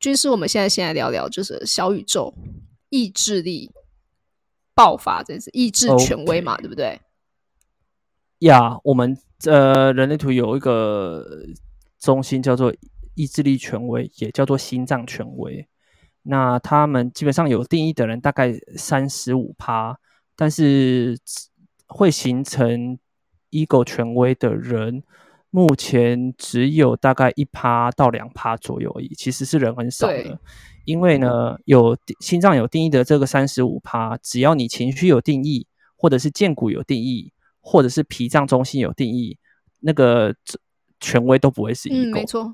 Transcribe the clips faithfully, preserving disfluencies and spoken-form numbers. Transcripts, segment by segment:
军师，我们现在先来聊聊就是小宇宙意志力爆发这件事，意志权威嘛， okay. 对不对？ 呀、yeah, 我们呃人类图有一个中心叫做意志力权威，也叫做心脏权威。那他们基本上有定义的人大概 百分之三十五， 但是会形成 ego 权威的人目前只有大概 百分之一到百分之二 左右而已，其实是人很少的。因为呢，有心脏有定义的这个 百分之三十五， 只要你情绪有定义，或者是剑骨有定义，或者是脾脏中心有定义，那个权威都不会是 ego。 嗯，没错。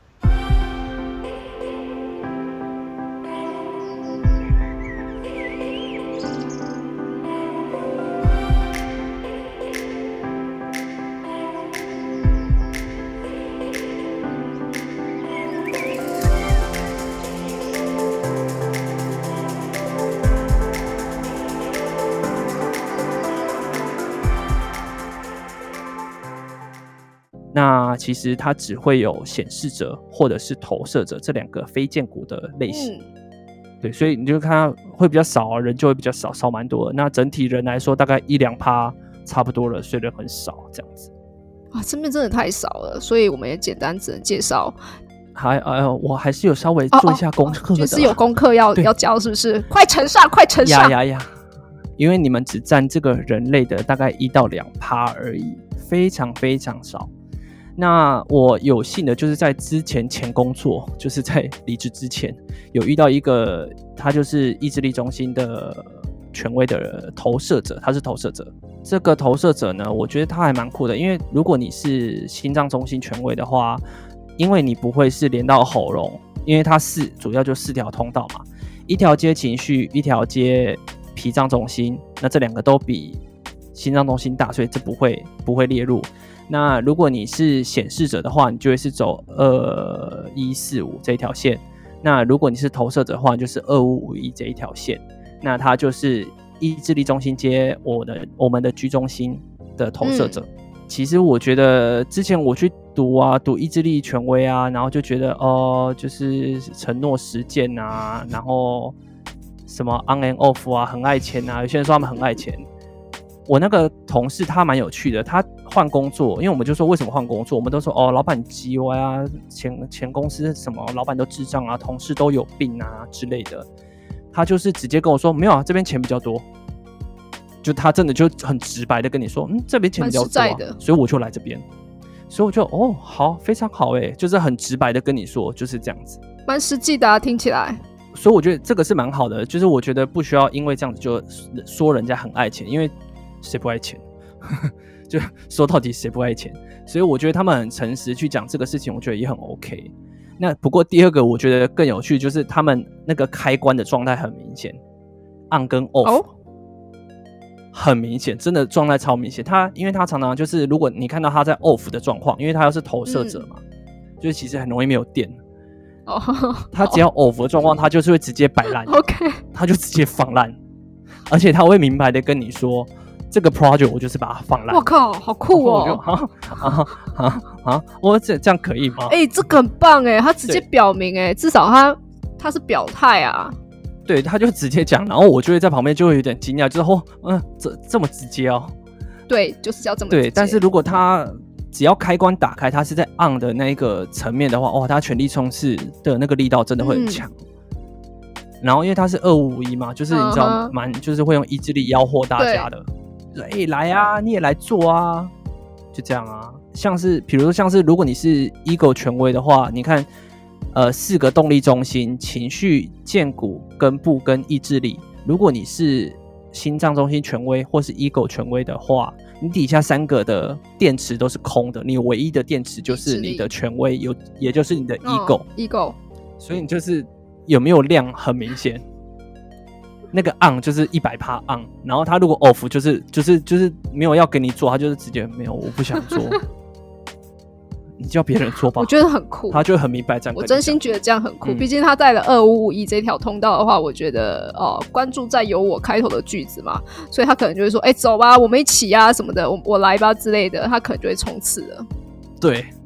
那其实它只会有显示者或者是投射者这两个非剑骨的类型、嗯、对，所以你就看它会比较少，人就会比较少，少蛮多的。那整体人来说大概一两趴差不多了，所以人很少这样子。 哇，这边真的太少了，所以我们也简单只能介绍。 还呃，我还是有稍微做一下功课的、哦哦、 就是有功课要要教，是不是？快乘上，快乘上！ 呀呀呀！因为你们只占这个人类的大概一到两趴而已，非常非常少。那我有幸的就是在之前前工作，就是在离职之前有遇到一个，他就是意志力中心的权威的投射者，他是投射者。这个投射者呢，我觉得他还蛮酷的，因为如果你是心脏中心权威的话，因为你不会是连到喉咙，因为它四主要就四条通道嘛，一条接情绪，一条接脾脏中心，那这两个都比心脏中心大，所以这不会不会列入。那如果你是显示者的话，你就会是走二一四五这一条线。那如果你是投射者的话，就是二五五一这一条线。那它就是意志力中心接我的我们的居中心的投射者。嗯、其实我觉得之前我去读啊，读意志力权威啊，然后就觉得哦、呃，就是承诺实践啊，然后什么 on and off 啊，很爱钱啊，有些人说他们很爱钱。我那个同事他蛮有趣的，他换工作，因为我们就说为什么换工作，我们都说哦，老板鸡歪啊，前前公司什么老板都智障啊，同事都有病啊之类的。他就是直接跟我说没有啊，这边钱比较多，就他真的就很直白的跟你说，嗯，这边钱比较多、啊，所以我就来这边。所以我就哦好，非常好哎，就是很直白的跟你说，就是这样子， 蛮实际的啊，听起来。 所以我觉得这个是蛮好的，就是我觉得不需要因为这样子就说人家很爱钱，因为谁不爱钱？就说到底谁不爱钱？所以我觉得他们很诚实去讲这个事情，我觉得也很 OK。那不过第二个我觉得更有趣，就是他们那个开关的状态很明显 ，on 跟 off，、哦、很明显，真的状态超明显。他因为他常常就是如果你看到他在 off 的状况，因为他又是投射者嘛，嗯、就是其实很容易没有电。哦，他只要 off 的状况，他就是会直接摆烂 ，OK， 他就直接放烂。而且他会明白的跟你说，这个 project 我就是把它放烂。 我靠，好酷哦！ 啊啊啊啊！我这这样可以吗？ 哎、欸，这个很棒哎，他直接表明哎，至少他他是表态啊。 对，他就直接讲，然后我就会在旁边就会有点惊讶，就是哦，嗯，这这么直接哦。 对，就是要这么直接。 对，但是如果他只要开关打开，他是在 on 的那一个层面的话，哇，他全力冲刺的那个力道真的会很强。嗯，然后因为他是二五五一嘛，就是你知道蛮、uh-huh. 就是会用意志力吆喝大家的，哎、欸、来啊，你也来做啊，就这样啊。像是比如说像是如果你是 ego 权威的话，你看呃四个动力中心，情绪、剑骨、根部跟意志力。如果你是心脏中心权威或是 ego 权威的话，你底下三个的电池都是空的，你唯一的电池就是你的权威，有也就是你的 ego、哦、 ego， 所以你就是有没有量很明显，那个 on 就是 百分之百 on， 然后他如果 off 就是就是就是没有要给你做，他就是直接没有，我不想做。你叫别人做吧， 我觉得很酷， 他就很明白这样。 我真心觉得这样很酷，毕、嗯、竟他带了二五五一这条通道的话，我觉得哦，关注在有我开头的句子嘛，所以他可能就会说，哎、欸，走吧，我们一起啊什么的，我我来吧之类的，他可能就会冲刺了。 对，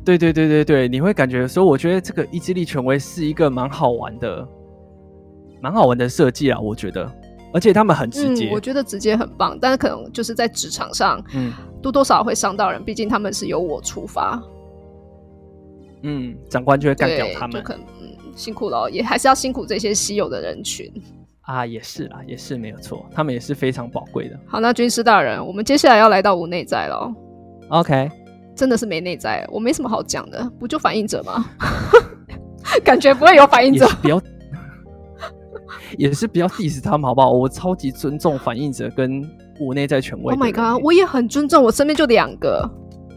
对对对对对，你会感觉说，我觉得这个意志力权威是一个蛮好玩的、蛮好玩的设计啊，我觉得，而且他们很直接、 嗯，我觉得直接很棒，但是可能就是在职场上， 嗯， 多多少少会伤到人，毕竟他们是由我出发， 嗯，长官就会干掉他们， 就可能嗯辛苦了，也还是要辛苦这些稀有的人群啊，也是啦，也是没有错，他们也是非常宝贵的。 好，那军师大人，我们接下来要来到无内在了。 OK。 真的是没内在，我没什么好讲的，不就反应者吗？感觉不会有反应者， 也是不要，也是不要 diss 他们好不好？我超级尊重反应者跟无内在权威。 Oh my god， 我也很尊重，我身边就两个。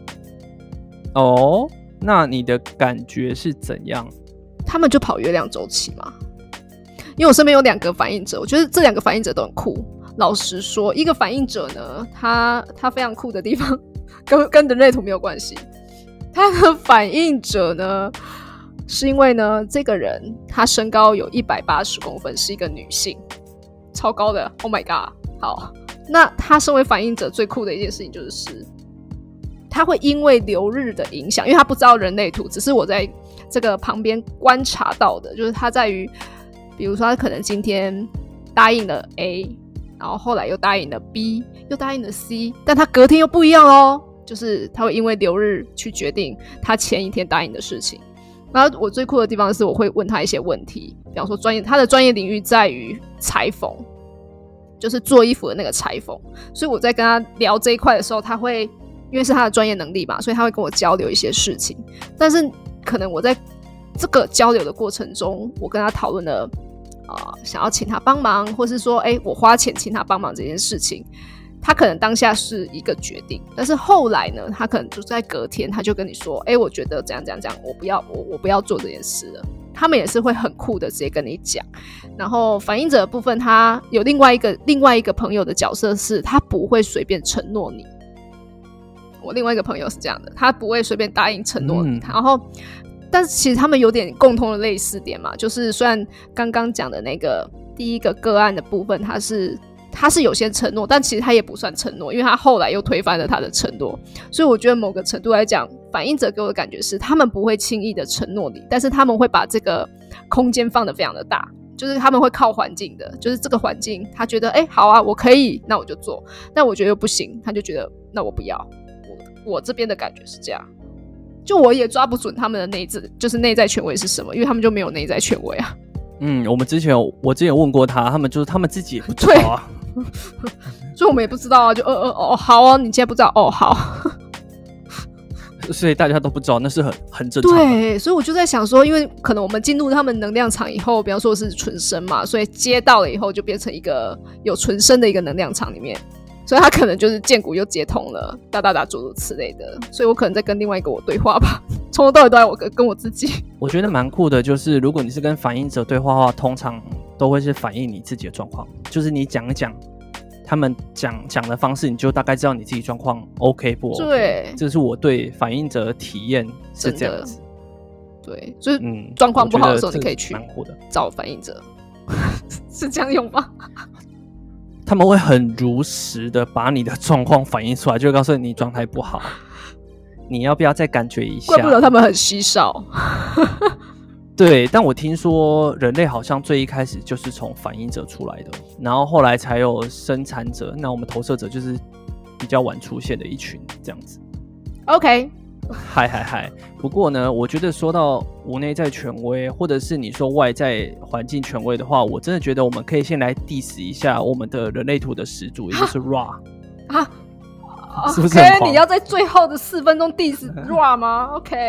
哦，那你的感觉是怎样？ 他们就跑月亮周期嘛。因为我身边有两个反应者，我觉得这两个反应者都很酷。老实说，一个反应者呢，他他非常酷的地方。跟, 跟人类图没有关系，他的反应者呢，是因为呢，这个人他身高有一百八十公分，是一个女性，超高的 ，Oh my god！ 好，那他身为反应者最酷的一件事情就是，他会因为流日的影响，因为他不知道人类图，只是我在这个旁边观察到的，就是他在于，比如说他可能今天答应了 A， 然后后来又答应了 B， 又答应了 C， 但他隔天又不一样哦。就是他会因为流日去决定他前一天答应的事情。然后我最酷的地方是我会问他一些问题，比方说专业，他的专业领域在于裁缝，就是做衣服的那个裁缝。所以我在跟他聊这一块的时候，他会因为是他的专业能力嘛，所以他会跟我交流一些事情。但是可能我在这个交流的过程中，我跟他讨论了、呃、想要请他帮忙，或是说哎，我花钱请他帮忙这件事情。他可能当下是一个决定，但是后来呢，他可能就在隔天他就跟你说，哎，我觉得怎样怎样怎样，我不要我我不要做这件事了。他们也是会很酷的直接跟你讲。然后反应者的部分，他有另外一个另外一个朋友的角色是，他不会随便承诺你。我另外一个朋友是这样的，他不会随便答应承诺你、嗯、然后但是其实他们有点共同的类似点嘛，就是虽然刚刚讲的那个第一个个案的部分，他是他是有些承诺，但其实他也不算承诺，因为他后来又推翻了他的承诺。所以我觉得某个程度来讲，反应者给我的感觉是他们不会轻易的承诺你，但是他们会把这个空间放得非常的大，就是他们会靠环境的，就是这个环境他觉得哎好啊我可以，那我就做，但我觉得又不行，他就觉得那我不要。 我, 我这边的感觉是这样，就我也抓不准他们的内在就是内在权威是什么，因为他们就没有内在权威啊。 嗯，我们之前有我之前有问过他，他们就是他们自己也不知道啊， 所以我们也不知道啊，就呃呃哦好哦，你现在不知道哦好， 所以大家都不知道，那是很很正常的。 对，所以我就在想说，因为可能我们进入他们能量场以后，比方说是纯生嘛，所以接到了以后就变成一个有纯生的一个能量场里面，所以他可能就是剑骨又接通了，哒哒哒诸如此类的，所以我可能在跟另外一个我对话吧，从头到尾都在我跟我自己。 我觉得蛮酷的，就是如果你是跟反应者对话的话，通常都会是反映你自己的状况，就是你讲一讲他们讲讲的方式，你就大概知道你自己状况 OK 不 OK。对，这是我对反应者的体验是这样子。对，所以嗯，状况不好的时候，你可以去找反应者，是这样用吗？他们会很如实的把你的状况反映出来，就会告诉你你状态不好，你要不要再感觉一下？怪不得他们很稀少。对，但我听说人类好像最一开始就是从反应者出来的，然后后来才有生产者，那我们投射者就是比较晚出现的一群这样子。OK， 嗨嗨嗨！不过呢，我觉得说到无内在权威，或者是你说外在环境权威的话，我真的觉得我们可以先来 diss 一下我们的人类图的始祖，也就是 Ra 啊，是不是很狂？ OK， 你要在最后的四分钟 diss Ra 吗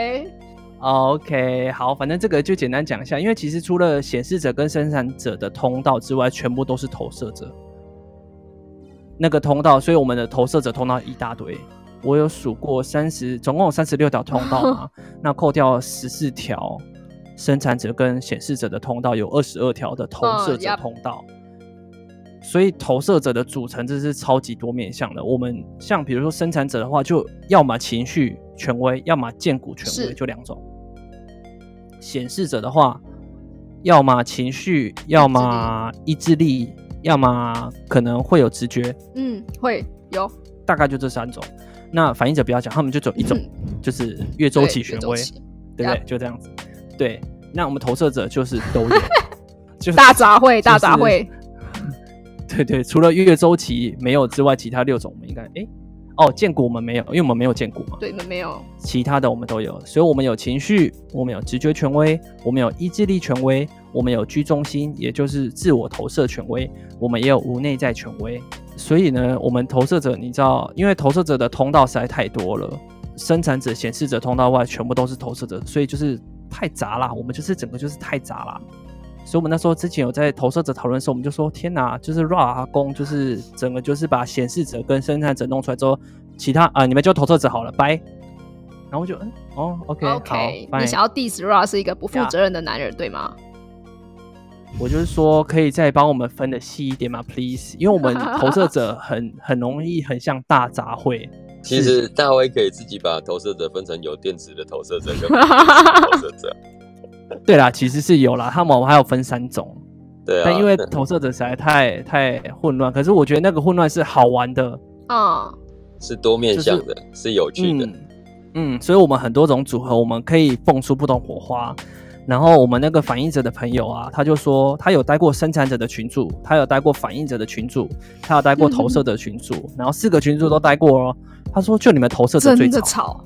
？OK。OK， 好，反正这个就简单讲一下，因为其实除了显示者跟生产者的通道之外，全部都是投射者那个通道，所以我们的投射者通道一大堆，我有数过三十，总共有三十六条通道嘛，那扣掉十四条生产者跟显示者的通道，有二十二条的投射者通道。嗯所以投射者的组成这是超级多面向的。我们像比如说生产者的话，就要么情绪权威，要么剑骨权威，就两种。显示者的话，要么情绪，要么意志力，要么可能会有直觉。嗯，会有，大概就这三种。 那反映者不要讲，他们就只有一种，嗯、就是月周期权威，对不对？就这样子。对，那我们投射者就是都有，就是大杂烩，大杂烩。 对对，除了月周期没有之外，其他六种我们应该哎。哦，荐股我们没有，因为我们没有荐股嘛。 对，你们没有。 其他的我们都有，所以我们有情绪，我们有直觉权威，我们有意志力权威，我们有居中心，也就是自我投射权威，我们也有无内在权威。所以呢，我们投射者，你知道，因为投射者的通道实在太多了，生产者、显示者通道外全部都是投射者，所以就是太杂啦。我们就是整个就是太杂啦。所以我们那时候之前有在投射者讨论的时候，我们就说天哪，就是 R A 阿公就是整个就是把显示者跟生产者弄出来之后，其他啊、呃、你们就投射者好了，拜。然后我就嗯哦 OK OK， 好， 你想要 diss R A 是一个不负责任的男人、yeah. 对吗？ 我就是说可以再帮我们分的细一点吗 ，please？ 因为我们投射者很很容易很像大杂烩。 其实大威可以自己把投射者分成有电池的投射者跟没电池的投射者。 对啦，其实是有啦，他们还有分三种。 对啊， 但因为投射者实在太太混乱，可是我觉得那个混乱是好玩的啊、嗯， 是多面向的，就是、是有趣的。 嗯, 嗯，所以我们很多种组合，我们可以蹦出不同火花。然后我们那个反应者的朋友啊，他就说他有待过生产者的群组，他有待过反应者的群组，他有待过投射者的群组、嗯，然后四个群组都待过哦。他说就你们投射者最吵，真的吵，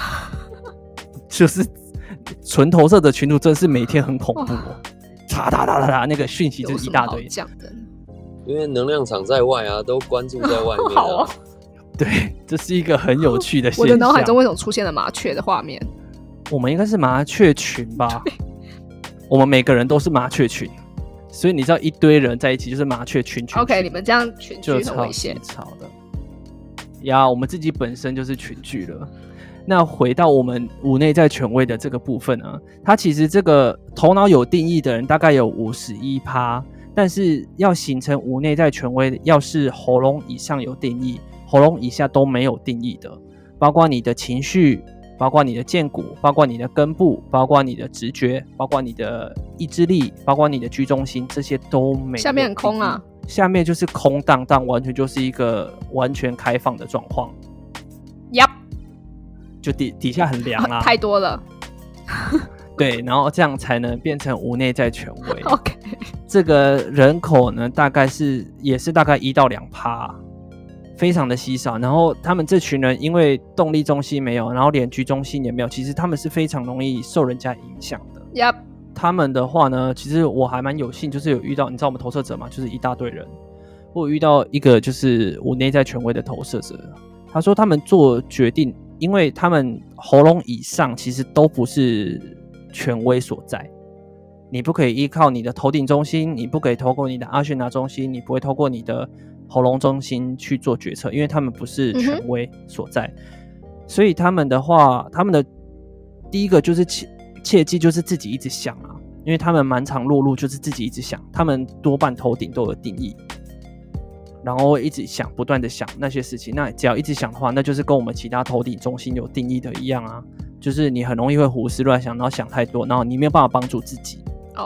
就是纯投射的群组真的是每天很恐怖、哦，哒哒哒哒哒，那个讯息就是一大堆。 讲的， 因为能量场在外啊，都关注在外面、啊。好啊， 对，这是一个很有趣的现象。 我的脑海中为什么出现了麻雀的画面？ 我们应该是麻雀群吧？我们每个人都是麻雀群，所以你知道一堆人在一起就是麻雀群群。 OK， 你们这样群聚很危险。 吵的呀，我们自己本身就是群聚了。那回到我们无内在权威的这个部分呢，它其实这个头脑有定义的人大概有 百分之五十一， 但是要形成无内在权威，要是喉咙以上有定义，喉咙以下都没有定义的，包括你的情绪，包括你的荐股，包括你的根部，包括你的直觉，包括你的意志力，包括你的居中心，这些都没有。 下面很空啊， 下面就是空荡荡，完全就是一个完全开放的状况。 Yep， 就 底, 底下很凉啦、啊， 太多了。 对，然后这样才能变成无内在权威。 OK， 这个人口呢，大概是也是大概一到两趴。非常的稀少，然后他们这群人因为动力中心没有，然后连居中心也没有，其实他们是非常容易受人家影响的。 Yep， 他们的话呢，其实我还蛮有幸，就是有遇到，你知道我们投射者嘛，就是一大堆人。我有遇到一个就是无内在权威的投射者，他说他们做决定，因为他们喉咙以上其实都不是权威所在。你不可以依靠你的头顶中心，你不可以透过你的阿悬拿中心，你不会透过你的喉咙中心去做决策，因为他们不是权威所在、嗯、所以他们的话，他们的第一个就是切切记就是自己一直想啊，因为他们蛮常落入就是自己一直想，他们多半头顶都有定义，然后一直想，不断的想那些事情，那只要一直想的话，那就是跟我们其他头顶中心有定义的一样啊，就是你很容易会胡思乱想，然后想太多，然后你没有办法帮助自己。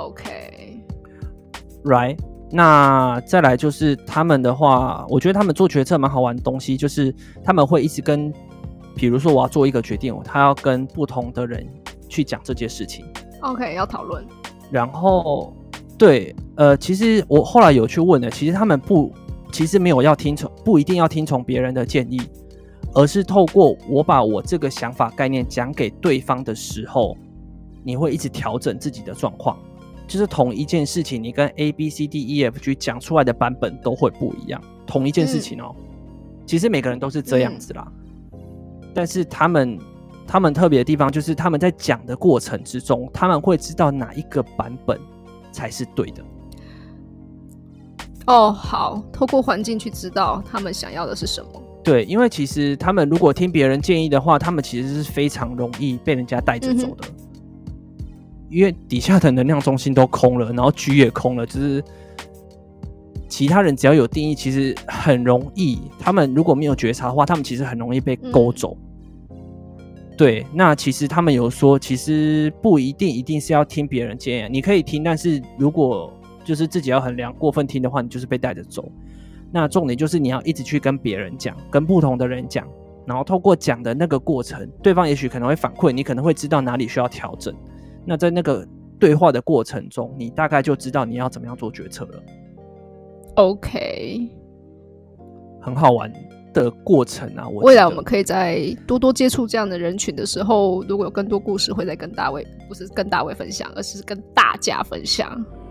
OK Right，那再来就是他们的话，我觉得他们做决策蛮好玩的东西，就是他们会一直跟，比如说我要做一个决定，他要跟不同的人去讲这件事情。 OK， 要讨论。 然后，对，呃，其实我后来有去问了，其实他们不，其实没有要听从，不一定要听从别人的建议，而是透过我把我这个想法概念讲给对方的时候，你会一直调整自己的状况。就是同一件事情，你跟 A B C D E F G 讲出来的版本都会不一样。同一件事情哦，嗯、其实每个人都是这样子啦。嗯、但是他们他们特别的地方，就是他们在讲的过程之中，他们会知道哪一个版本才是对的。 哦，好，透过环境去知道他们想要的是什么。 对，因为其实他们如果听别人建议的话，他们其实是非常容易被人家带着走的。嗯，因为底下的能量中心都空了，然后 G 也空了，就是其他人只要有定义，其实很容易。他们如果没有觉察的话，他们其实很容易被勾走。嗯、对，那其实他们有说，其实不一定一定是要听别人建议，你可以听，但是如果就是自己要衡量，过分听的话，你就是被带着走。那重点就是你要一直去跟别人讲，跟不同的人讲， 然后透过讲的那个过程，对方也许可能会反馈，你可能会知道哪里需要调整。那在那个对话的过程中，你大概就知道你要怎么样做决策了。 OK， 很好玩的过程啊！我未来我们可以在多多接触这样的人群的时候，如果有更多故事，会再跟大卫，不是跟大卫分享，而是跟大家分享。